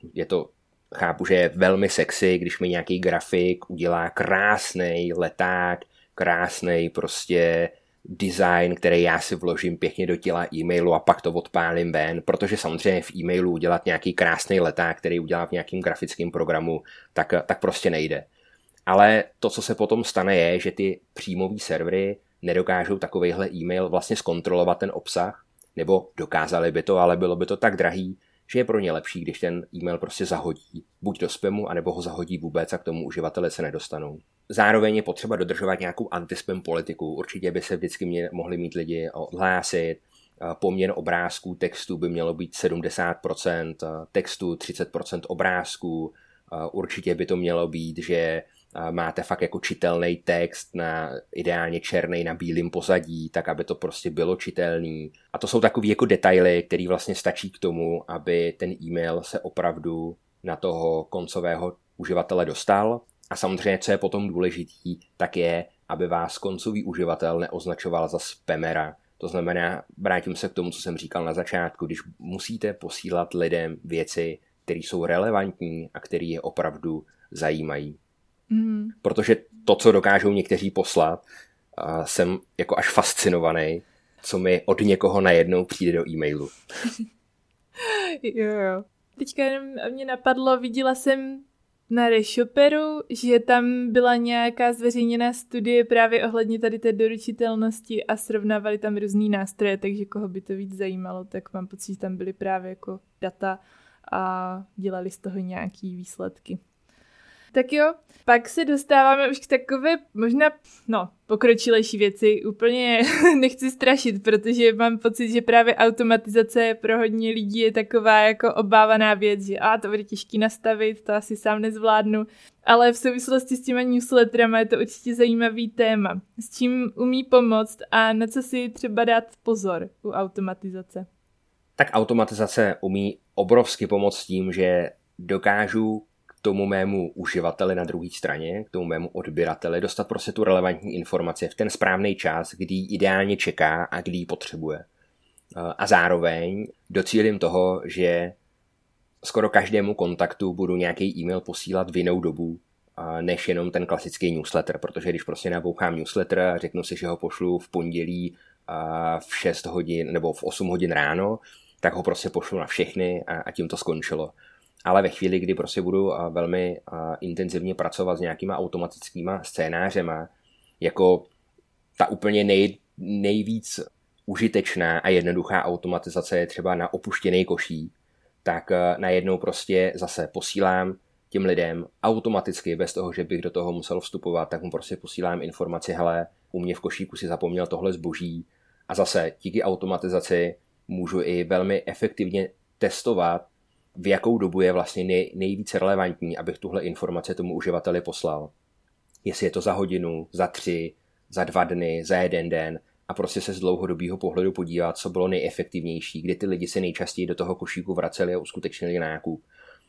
Chápu, že je velmi sexy, když mi nějaký grafik udělá krásnej leták, krásnej prostě design, který já si vložím pěkně do těla e-mailu a pak to odpálím ven, protože samozřejmě v e-mailu udělat nějaký krásný leták, který udělá v nějakým grafickém programu, tak prostě nejde. Ale to, co se potom stane, je, že ty příjmové servery nedokážou takovejhle e-mail vlastně zkontrolovat ten obsah, nebo dokázali by to, ale bylo by to tak drahý, že je pro ně lepší, když ten e-mail prostě zahodí buď do spamu, anebo ho zahodí vůbec a k tomu uživatelé se nedostanou. Zároveň je potřeba dodržovat nějakou antispam politiku. Určitě by se vždycky mohli mít lidi odhlásit. Poměr obrázků, textu by mělo být 70%, textu 30% obrázků. Určitě by to mělo být, že máte fakt jako čitelný text na ideálně černý na bílém pozadí, tak aby to prostě bylo čitelný. A to jsou takový jako detaily, které vlastně stačí k tomu, aby ten e-mail se opravdu na toho koncového uživatele dostal. A samozřejmě, co je potom důležitý, tak je, aby vás koncový uživatel neoznačoval za spamera. To znamená, vrátím se k tomu, co jsem říkal na začátku, když musíte posílat lidem věci, které jsou relevantní a které je opravdu zajímají. Protože to, co dokážou někteří poslat, jsem jako až fascinovaný, co mi od někoho najednou přijde do e-mailu. Jo. Teďka mě napadlo, viděla jsem na Reshoperu, že tam byla nějaká zveřejněná studie právě ohledně tady té doručitelnosti a srovnávali tam různý nástroje, takže koho by to víc zajímalo, tak mám pocit, že tam byly právě jako data a dělali z toho nějaký výsledky. Tak jo, pak se dostáváme už k takové možná, pokročilejší věci. Úplně nechci strašit, protože mám pocit, že právě automatizace pro hodně lidí je taková jako obávaná věc, že to bude těžký nastavit, to asi sám nezvládnu. Ale v souvislosti s těma newsletterama je to určitě zajímavý téma. S čím umí pomoct a na co si třeba dát pozor u automatizace? Tak automatizace umí obrovsky pomoct tím, že dokážu tomu mému uživateli na druhé straně, k tomu mému odběrateli, dostat prostě tu relevantní informaci v ten správný čas, kdy ji ideálně čeká a kdy ji potřebuje. A zároveň docílím toho, že skoro každému kontaktu budu nějaký e-mail posílat v jinou dobu, než jenom ten klasický newsletter, protože když prostě nabouchám newsletter a řeknu si, že ho pošlu v pondělí v 6 hodin nebo v 8 hodin ráno, tak ho prostě pošlu na všechny a tím to skončilo. Ale ve chvíli, kdy prostě budu velmi intenzivně pracovat s nějakýma automatickýma scénářema, jako ta úplně nejvíc užitečná a jednoduchá automatizace je třeba na opuštěný košík, tak najednou prostě zase posílám těm lidem automaticky, bez toho, že bych do toho musel vstupovat, tak mu prostě posílám informaci, hele, u mě v košíku si zapomněl tohle zboží. A zase díky automatizaci můžu i velmi efektivně testovat, v jakou dobu je vlastně nejvíce relevantní, abych tuhle informaci tomu uživateli poslal. Jestli je to za hodinu, za 3, za 2 dny, za 1 den a prostě se z dlouhodobého pohledu podívat, co bylo nejefektivnější, kdy ty lidi se nejčastěji do toho košíku vraceli a uskutečnili nákup.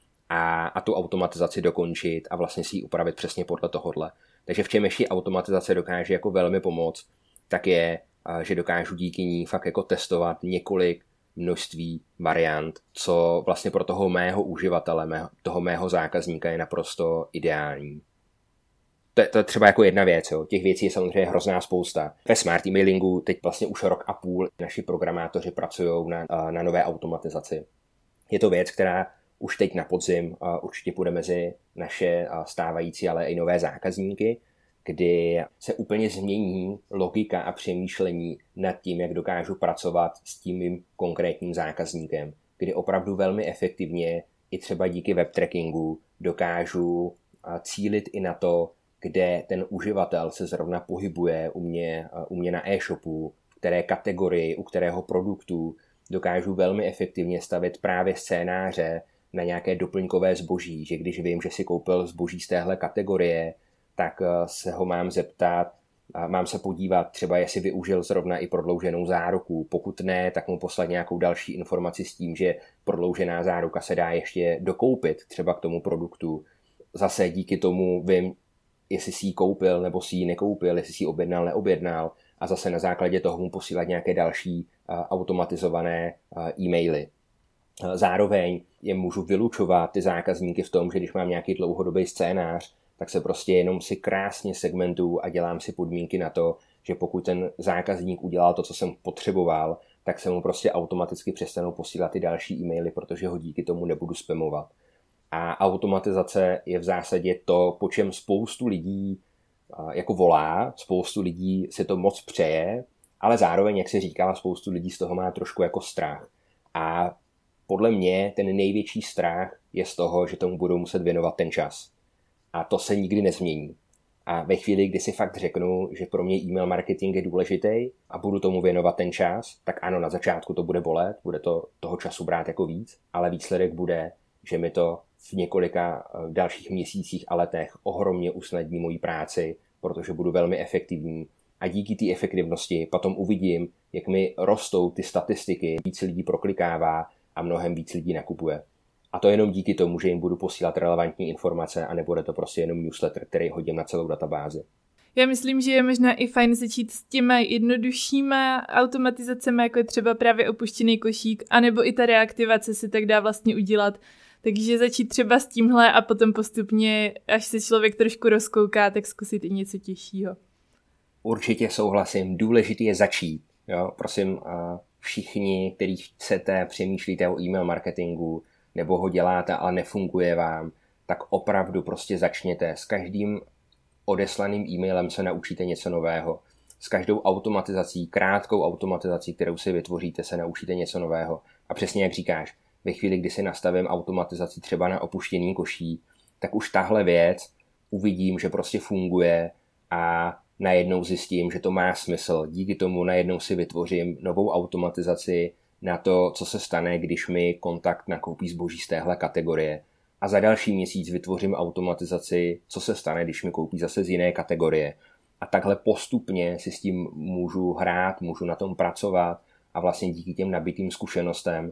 A tu automatizaci dokončit a vlastně si ji upravit přesně podle tohohle. Takže v čem ještě automatizace dokáže jako velmi pomoct, tak je, že dokážu díky ní fakt jako testovat několik množství variant, co vlastně pro toho mého uživatele, toho mého zákazníka je naprosto ideální. To je třeba jako jedna věc, jo. Těch věcí je samozřejmě hrozná spousta. Ve smart emailingu teď vlastně už 1,5 roku naši programátoři pracují na nové automatizaci. Je to věc, která už teď na podzim určitě půjde mezi naše stávající, ale i nové zákazníky, kdy se úplně změní logika a přemýšlení nad tím, jak dokážu pracovat s tím mým konkrétním zákazníkem, kdy opravdu velmi efektivně i třeba díky web trackingu dokážu cílit i na to, kde ten uživatel se zrovna pohybuje u mě na e-shopu, v které kategorii, u kterého produktu dokážu velmi efektivně stavit právě scénáře na nějaké doplňkové zboží, že když vím, že si koupil zboží z téhle kategorie, tak se ho mám zeptat, mám se podívat třeba, jestli využil zrovna i prodlouženou záruku. Pokud ne, tak mu poslat nějakou další informaci s tím, že prodloužená záruka se dá ještě dokoupit třeba k tomu produktu. Zase díky tomu vím, jestli si ji koupil nebo si ji nekoupil, jestli si ji objednal, neobjednal a zase na základě toho mu posílat nějaké další automatizované e-maily. Zároveň je můžu vylučovat ty zákazníky v tom, že když mám nějaký dlouhodobý scénář, tak se prostě jenom si krásně segmentuju a dělám si podmínky na to, že pokud ten zákazník udělal to, co jsem potřeboval, tak se mu prostě automaticky přestanou posílat ty další e-maily, protože ho díky tomu nebudu spamovat. A automatizace je v zásadě to, po čem spoustu lidí jako volá, spoustu lidí si to moc přeje, ale zároveň, jak se říkala, spoustu lidí z toho má trošku jako strach. A podle mě ten největší strach je z toho, že tomu budou muset věnovat ten čas. A to se nikdy nezmění. A ve chvíli, kdy si fakt řeknu, že pro mě e-mail marketing je důležitý a budu tomu věnovat ten čas, tak ano, na začátku to bude bolet, bude to toho času brát jako víc, ale výsledek bude, že mi to v několika dalších měsících a letech ohromně usnadní moji práci, protože budu velmi efektivní. A díky té efektivnosti potom uvidím, jak mi rostou ty statistiky, víc lidí proklikává a mnohem víc lidí nakupuje. A to jenom díky tomu, že jim budu posílat relevantní informace a nebude to prostě jenom newsletter, který hodím na celou databázi. Já myslím, že je možná i fajn začít s těmi jednoduššíma automatizacemi, jako je třeba právě opuštěný košík, anebo i ta reaktivace se tak dá vlastně udělat. Takže začít třeba s tímhle a potom postupně, až se člověk trošku rozkouká, tak zkusit i něco těžšího. Určitě souhlasím, důležité je začít. Jo? Prosím, všichni, kteří chcete, přemýšlíte o e-mail marketingu, nebo ho děláte, ale nefunguje vám, tak opravdu prostě začněte. S každým odeslaným e-mailem se naučíte něco nového. S každou automatizací, krátkou automatizací, kterou si vytvoříte, se naučíte něco nového. A přesně jak říkáš, ve chvíli, kdy si nastavím automatizaci třeba na opuštěný košík, tak už tahle věc uvidím, že prostě funguje a najednou zjistím, že to má smysl. Díky tomu najednou si vytvořím novou automatizaci na to, co se stane, když mi kontakt nakoupí zboží z téhle kategorie. A za další měsíc vytvořím automatizaci, co se stane, když mi koupí zase z jiné kategorie. A takhle postupně si s tím můžu hrát, můžu na tom pracovat a vlastně díky těm nabitým zkušenostem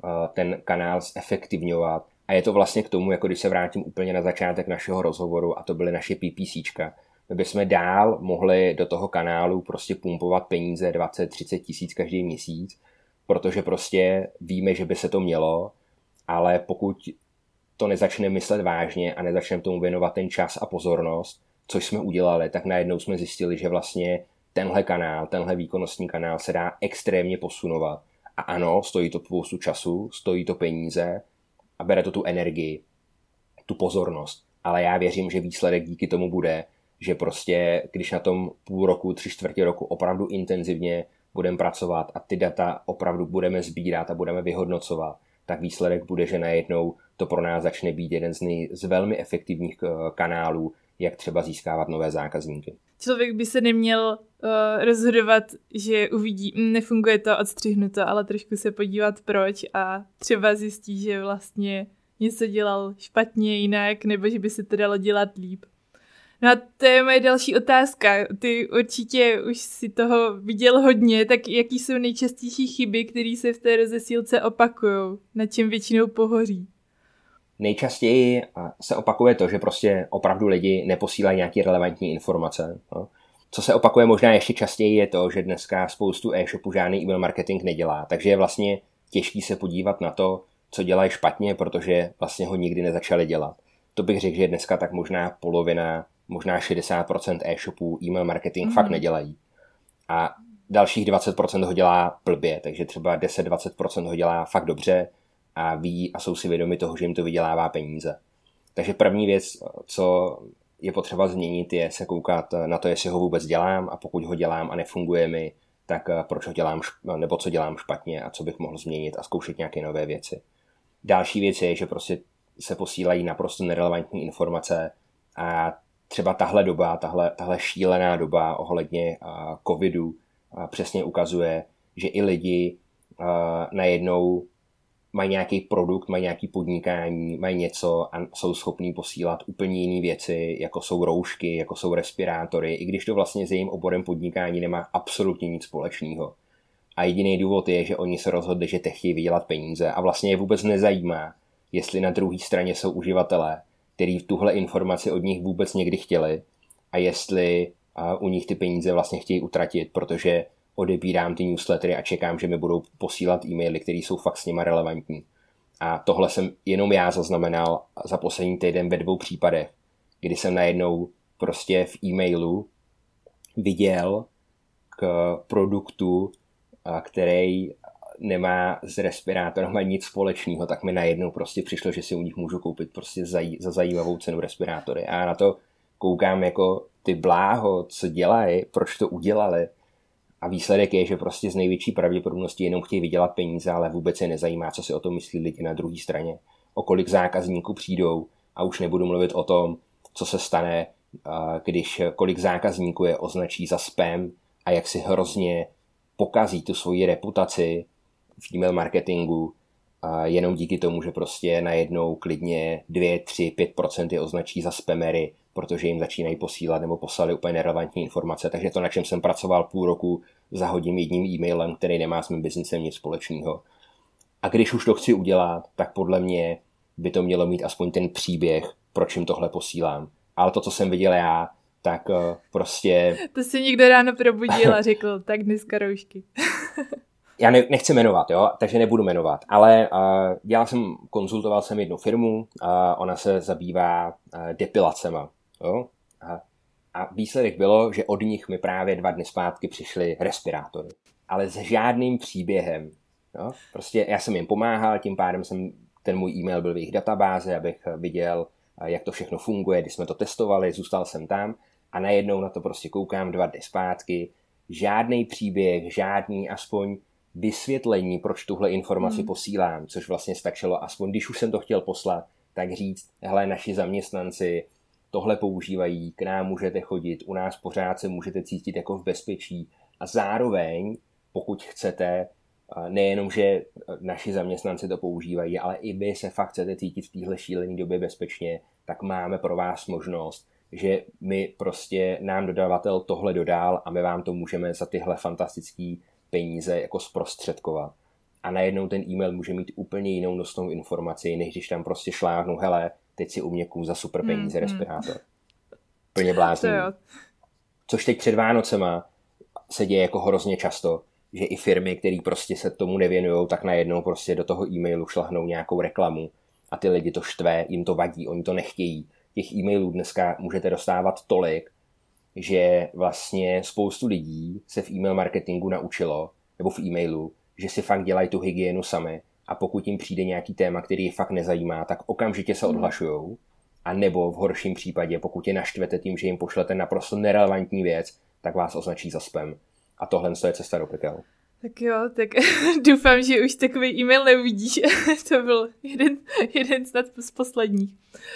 ten kanál zefektivňovat. A je to vlastně k tomu, jako když se vrátím úplně na začátek našeho rozhovoru, a to byly naše PPCčka. My bychom dál mohli do toho kanálu prostě pumpovat peníze 20-30 tisíc každý měsíc, protože prostě víme, že by se to mělo, ale pokud to nezačneme myslet vážně a nezačneme tomu věnovat ten čas a pozornost, což jsme udělali, tak najednou jsme zjistili, že vlastně tenhle kanál, tenhle výkonnostní kanál se dá extrémně posunovat. A ano, stojí to spoustu času, stojí to peníze a bere to tu energii, tu pozornost. Ale já věřím, že výsledek díky tomu bude, že prostě, když na tom půl roku, 3/4 roku opravdu intenzivně budeme pracovat a ty data opravdu budeme sbírat a budeme vyhodnocovat, tak výsledek bude, že najednou to pro nás začne být jeden z velmi efektivních kanálů, jak třeba získávat nové zákazníky. Člověk by se neměl rozhodovat, že uvidí, nefunguje to, odstřihnu to, ale trošku se podívat proč a třeba zjistí, že vlastně něco dělal špatně jinak, nebo že by se to dalo dělat líp. No a to je moje další otázka. Ty určitě už si toho viděl hodně, tak jaký jsou nejčastější chyby, které se v té rozesílce opakujou? Na čem většinou pohoří? Nejčastěji se opakuje to, že prostě opravdu lidi neposílají nějaké relevantní informace. No. Co se opakuje možná ještě častěji je to, že dneska spoustu e-shopů žádný e-mail marketing nedělá. Takže je vlastně těžký se podívat na to, co dělají špatně, protože vlastně ho nikdy nezačali dělat. To bych řekl, že dneska tak možná polovina, možná 60% e-shopů e-mail marketing fakt nedělají. A dalších 20% ho dělá blbě, takže třeba 10-20% ho dělá fakt dobře a ví a jsou si vědomi toho, že jim to vydělává peníze. Takže první věc, co je potřeba změnit, je se koukat na to, jestli ho vůbec dělám a pokud ho dělám a nefunguje mi, tak proč ho dělám, nebo co dělám špatně a co bych mohl změnit a zkoušet nějaké nové věci. Další věc je, že prostě se posílají naprosto nerelevantní informace a třeba tahle doba, tahle šílená doba ohledně covidu přesně ukazuje, že i lidi najednou mají nějaký produkt, mají nějaký podnikání, mají něco a jsou schopní posílat úplně jiné věci, jako jsou roušky, jako jsou respirátory, i když to vlastně s jejím oborem podnikání nemá absolutně nic společného. A jediný důvod je, že oni se rozhodli, že chtějí vydělat peníze a vlastně je vůbec nezajímá, jestli na druhé straně jsou uživatelé, kteří tuhle informaci od nich vůbec někdy chtěli a jestli u nich ty peníze vlastně chtějí utratit, protože odebírám ty newslettery a čekám, že mi budou posílat e-maily, které jsou fakt s nima relevantní. A tohle jsem jenom já zaznamenal za poslední týden ve 2 případech, kdy jsem najednou prostě v e-mailu viděl, k produktu, který nemá s respirátorem nic společného, tak mi najednou prostě přišlo, že si u nich můžu koupit prostě za zajímavou cenu respirátory. A já na to koukám jako ty bláho, co dělají, proč to udělali. A výsledek je, že prostě z největší pravděpodobností jenom chtějí vydělat peníze, ale vůbec je nezajímá, co si o tom myslí lidi na druhé straně. O kolik zákazníků přijdou, a už nebudu mluvit o tom, co se stane, když kolik zákazníků je označí za spam a jak si hrozně pokazí tu svoji reputaci v email marketingu jenom díky tomu, že prostě najednou klidně 2, 3, 5% je označí za spamery, protože jim začínají posílat nebo poslali úplně nerelevantní informace. Takže to, na čem jsem pracoval půl roku, zahodím jedním e-mailem, který nemá s mým biznesem nic společného. A když už to chci udělat, tak podle mě by to mělo mít aspoň ten příběh, proč jim tohle posílám. Ale to, co jsem viděl já, tak prostě... To si někdo ráno probudil a řekl, tak dneska roušky. Já nechci jmenovat, jo, takže nebudu jmenovat, ale konzultoval jsem jednu firmu, ona se zabývá depilacema, jo, a výsledek bylo, že od nich mi právě 2 dny zpátky přišly respirátory, ale s žádným příběhem, jo, prostě já jsem jim pomáhal, tím pádem ten můj e-mail byl v jejich databázi, abych viděl, jak to všechno funguje, když jsme to testovali, zůstal jsem tam a najednou na to prostě koukám 2 dny zpátky, žádný příběh, žádný aspoň vysvětlení, proč tuhle informaci posílám, což vlastně stačilo, aspoň když už jsem to chtěl poslat, tak říct, hele, naši zaměstnanci tohle používají, k nám můžete chodit, u nás pořád se můžete cítit jako v bezpečí a zároveň, pokud chcete, nejenom, že naši zaměstnanci to používají, ale i vy se fakt chcete cítit v téhle šílené době bezpečně, tak máme pro vás možnost, že my prostě nám dodavatel tohle dodal a my vám to můžeme za tyhle fantastický peníze jako zprostředkovat. A najednou ten e-mail může mít úplně jinou nosnou informaci, než když tam prostě šláhnu, hele, teď si u mě za super peníze respirátor. Plně blázný. Což teď před Vánocema se děje jako hrozně často, že i firmy, které prostě se tomu nevěnujou, tak najednou prostě do toho e-mailu šlahnou nějakou reklamu a ty lidi to štve, jim to vadí, oni to nechtějí. Těch e-mailů dneska můžete dostávat tolik, že vlastně spoustu lidí se v e-mail marketingu naučilo, nebo v e-mailu, že si fakt dělají tu hygienu sami a pokud jim přijde nějaký téma, který je fakt nezajímá, tak okamžitě se odhlašujou. A nebo v horším případě, pokud je naštvete tím, že jim pošlete naprosto nerelevantní věc, tak vás označí za spam. A tohle je cesta do pekel. Tak jo, tak doufám, že už takový e-mail neuvidíš. To byl jeden snad z posledních.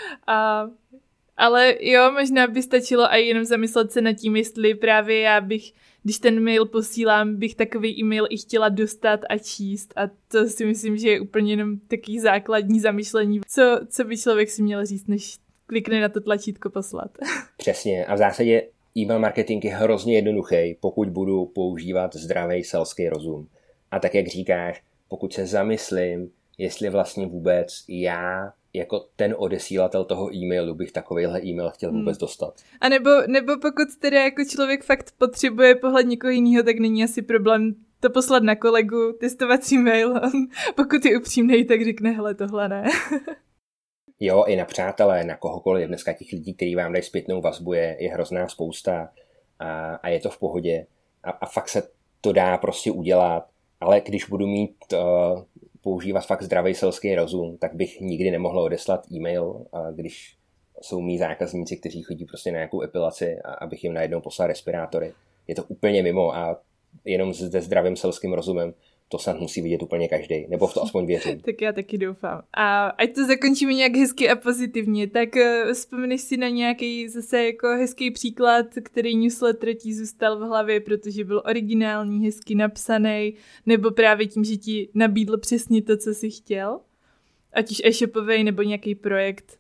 Ale jo, možná by stačilo i jenom zamyslet se nad tím, jestli právě já bych, když ten mail posílám, bych takový e-mail i chtěla dostat a číst. A to si myslím, že je úplně jenom takový základní zamyšlení, co by člověk si měl říct, než klikne na to tlačítko poslat. Přesně. A v zásadě e-mail marketing je hrozně jednoduchý, pokud budu používat zdravý selský rozum. A tak, jak říkáš, pokud se zamyslím, jestli vlastně vůbec já jako ten odesílatel toho e-mailu bych takovejhle e-mail chtěl vůbec dostat. A nebo pokud teda jako člověk fakt potřebuje pohled někoho jiného, tak není asi problém to poslat na kolegu, testovací mail. Pokud je upřímnej, tak řekne, hele, tohle ne. Jo, i na přátelé, na kohokoliv. Dneska těch lidí, kteří vám dají zpětnou vazbu, je hrozná spousta a je to v pohodě. A fakt se to dá prostě udělat, ale když budu mít používat fakt zdravý selský rozum, tak bych nikdy nemohl odeslat e-mail, když jsou mý zákazníci, kteří chodí prostě na nějakou epilaci a abych jim najednou poslal respirátory. Je to úplně mimo a jenom se zdravým selským rozumem to snad musí vidět úplně každý, nebo v to aspoň věřím. Tak já taky doufám. A ať to zakončíme nějak hezky a pozitivně, tak vzpomeneš si na nějaký zase jako hezký příklad, který newsletter ti zůstal v hlavě, protože byl originální, hezky napsaný, nebo právě tím, že ti nabídl přesně to, co jsi chtěl? Ať už e-shopovej nebo nějaký projekt?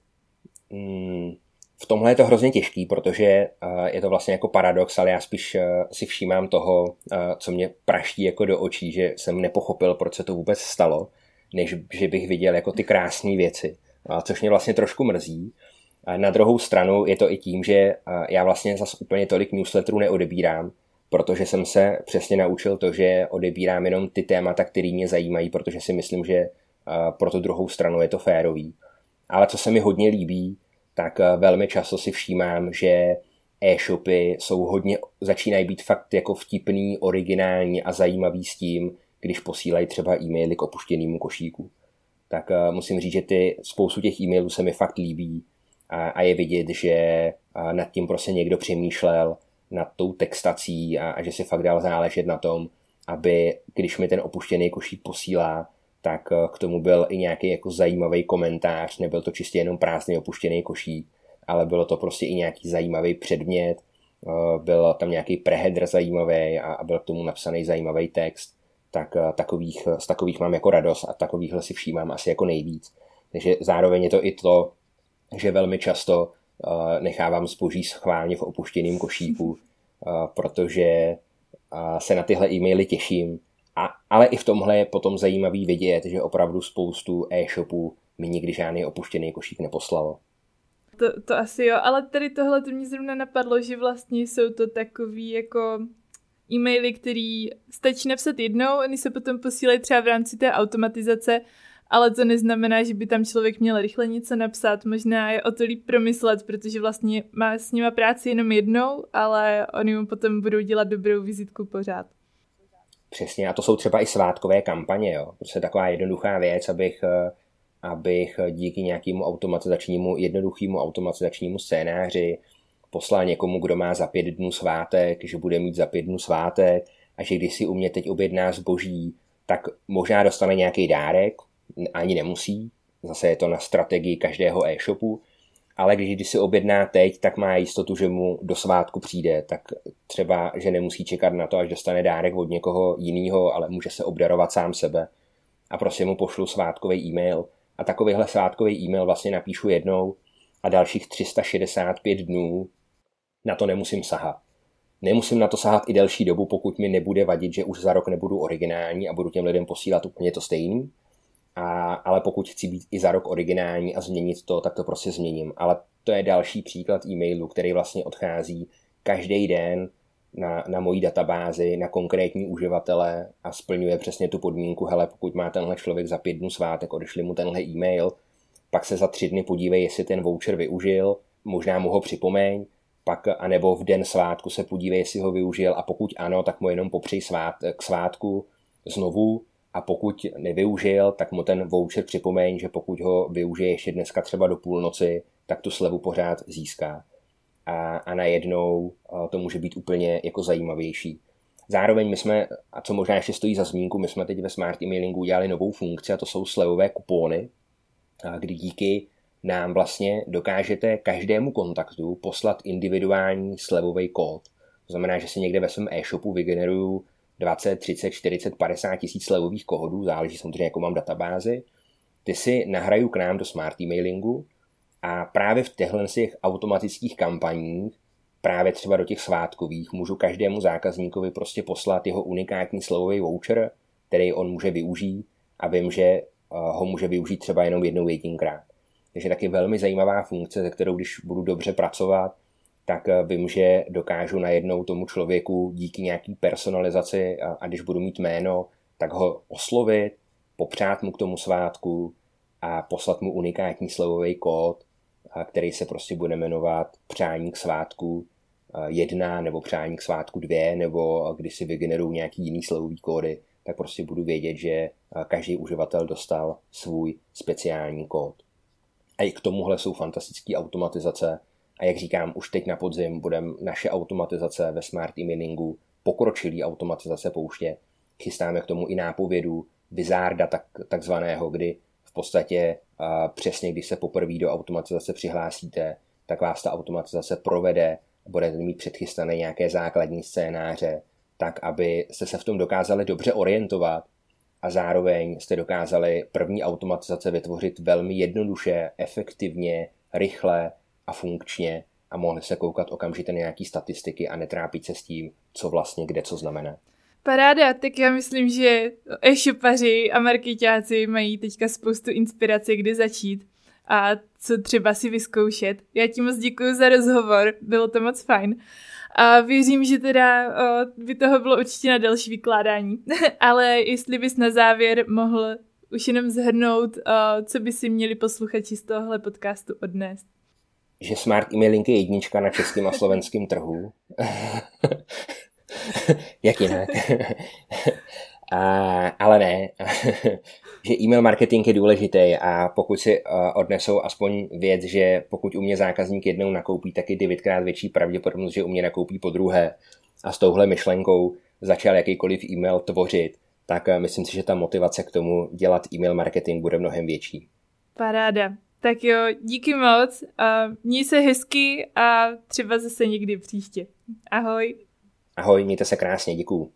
V tomhle je to hrozně těžký, protože je to vlastně jako paradox, ale já spíš si všímám toho, co mě praští jako do očí, že jsem nepochopil, proč se to vůbec stalo, než že bych viděl jako ty krásné věci, což mě vlastně trošku mrzí. Na druhou stranu je to i tím, že já vlastně zas úplně tolik newsletterů neodebírám, protože jsem se přesně naučil to, že odebírám jenom ty témata, které mě zajímají, protože si myslím, že pro tu druhou stranu je to férový. Ale co se mi hodně líbí, tak velmi často si všímám, že e-shopy jsou začínají být fakt jako vtipný, originální a zajímavý s tím, když posílají třeba e-maily k opuštěnému košíku. Tak musím říct, že spoustu těch e-mailů se mi fakt líbí a je vidět, že nad tím prostě někdo přemýšlel, nad tou textací a že si fakt dal záležet na tom, aby když mi ten opuštěný košík posílá, tak k tomu byl i nějaký jako zajímavý komentář, nebyl to čistě jenom prázdný opuštěný košík, ale bylo to prostě i nějaký zajímavý předmět, byl tam nějaký preheader zajímavý a byl k tomu napsaný zajímavý text, tak z takových mám jako radost a takovýchhle si všímám asi jako nejvíc. Takže zároveň je to i to, že velmi často nechávám zboží schválně v opuštěném košíku, protože se na tyhle e-maily těším. Ale i v tomhle je potom zajímavý vidět, že opravdu spoustu e-shopů mi nikdy žádný opuštěný košík neposlalo. To asi jo, ale tady tohle to mě zrovna napadlo, že vlastně jsou to takový jako e-maily, který stačí napsat jednou, oni se potom posílají třeba v rámci té automatizace, ale to neznamená, že by tam člověk měl rychle něco napsat, možná je o to líp promyslet, protože vlastně má s nima práci jenom jednou, ale oni mu potom budou dělat dobrou vizitku pořád. Přesně, a to jsou třeba i svátkové kampaně, jo. Prostě taková jednoduchá věc, abych díky nějakému jednoduchému automatizačnímu scénáři poslal někomu, kdo má za 5 dnů svátek, že bude mít za 5 dnů svátek a že když si u mě teď objedná zboží, tak možná dostane nějaký dárek, ani nemusí, zase je to na strategii každého e-shopu, ale když si objedná teď, tak má jistotu, že mu do svátku přijde, tak třeba, že nemusí čekat na to, až dostane dárek od někoho jiného, ale může se obdarovat sám sebe a prostě mu pošlu svátkový e-mail a takovýhle svátkový e-mail vlastně napíšu jednou a dalších 365 dnů na to nemusím sahat. Nemusím na to sahat i delší dobu, pokud mi nebude vadit, že už za rok nebudu originální a budu těm lidem posílat úplně to stejný. Ale pokud chci být i za rok originální a změnit to, tak to prostě změním. Ale to je další příklad e-mailu, který vlastně odchází každý den na mojí databázi, na konkrétní uživatele a splňuje přesně tu podmínku, hele, pokud má tenhle člověk za 5 dnů svátek, odešli mu tenhle e-mail, pak se za 3 dny podívej, jestli ten voucher využil, možná mu ho připomeň, pak anebo v den svátku se podívej, jestli ho využil a pokud ano, tak mu jenom popřej k svátku znovu a pokud nevyužil, tak mu ten voucher připomeň, že pokud ho využije ještě dneska třeba do půlnoci, tak tu slevu pořád získá. A najednou to může být úplně jako zajímavější. Zároveň my jsme, a co možná ještě stojí za zmínku, my jsme teď ve Smart Emailingu udělali novou funkci a to jsou slevové kupóny, kdy díky nám vlastně dokážete každému kontaktu poslat individuální slevový kód. To znamená, že si někde ve svém e-shopu vygeneruju 20, 30, 40, 50 tisíc slevových kódů, záleží samozřejmě, jakou mám databázi. Ty si nahraju k nám do Smart Emailingu a právě v těchto automatických kampaních, právě třeba do těch svátkových, můžu každému zákazníkovi prostě poslat jeho unikátní slevový voucher, který on může využít a vím, že ho může využít třeba jenom jedinkrát. Takže taky velmi zajímavá funkce, se kterou když budu dobře pracovat, tak vím, že dokážu najednou tomu člověku díky nějaký personalizaci a když budu mít jméno, tak ho oslovit, popřát mu k tomu svátku a poslat mu unikátní slevový kód, který se prostě bude jmenovat přání k svátku 1 nebo přání k svátku 2, nebo když si vygeneruju nějaký jiný slevový kódy, tak prostě budu vědět, že každý uživatel dostal svůj speciální kód. A i k tomuhle jsou fantastické automatizace. A jak říkám, už teď na podzim budeme naše automatizace ve Smart Emailingu, pokročilý automatizace pouště. Chystáme k tomu i nápovědu Wizarda takzvaného, kdy v podstatě přesně, když se poprvé do automatizace přihlásíte, tak vás ta automatizace provede, budete mít předchystané nějaké základní scénáře, tak aby jste se v tom dokázali dobře orientovat a zároveň jste dokázali první automatizace vytvořit velmi jednoduše, efektivně, rychle a funkčně a mohli se koukat okamžitě na nějaký statistiky a netrápit se s tím, co vlastně kde co znamená. Paráda, tak já myslím, že e-shopaři a marketáci mají teďka spoustu inspirace, kde začít a co třeba si vyzkoušet. Já ti moc děkuji za rozhovor, bylo to moc fajn. A věřím, že teda by toho bylo určitě na další vykládání. Ale jestli bys na závěr mohl už jenom shrnout, co by si měli posluchači z tohohle podcastu odnést. že smart emailing je jednička na českém a slovenském trhu. Jak jinak? Ale ne, že e-mail marketing je důležitý a pokud si odnesou aspoň věc, že pokud u mě zákazník jednou nakoupí, tak je 9krát větší pravděpodobnost, že u mě nakoupí po druhé a s touhle myšlenkou začal jakýkoliv e-mail tvořit, tak myslím si, že ta motivace k tomu dělat e-mail marketing bude mnohem větší. Paráda. Tak jo, díky moc. Měj se hezky a třeba zase někdy příště. Ahoj. Ahoj, mějte se krásně, děkuju.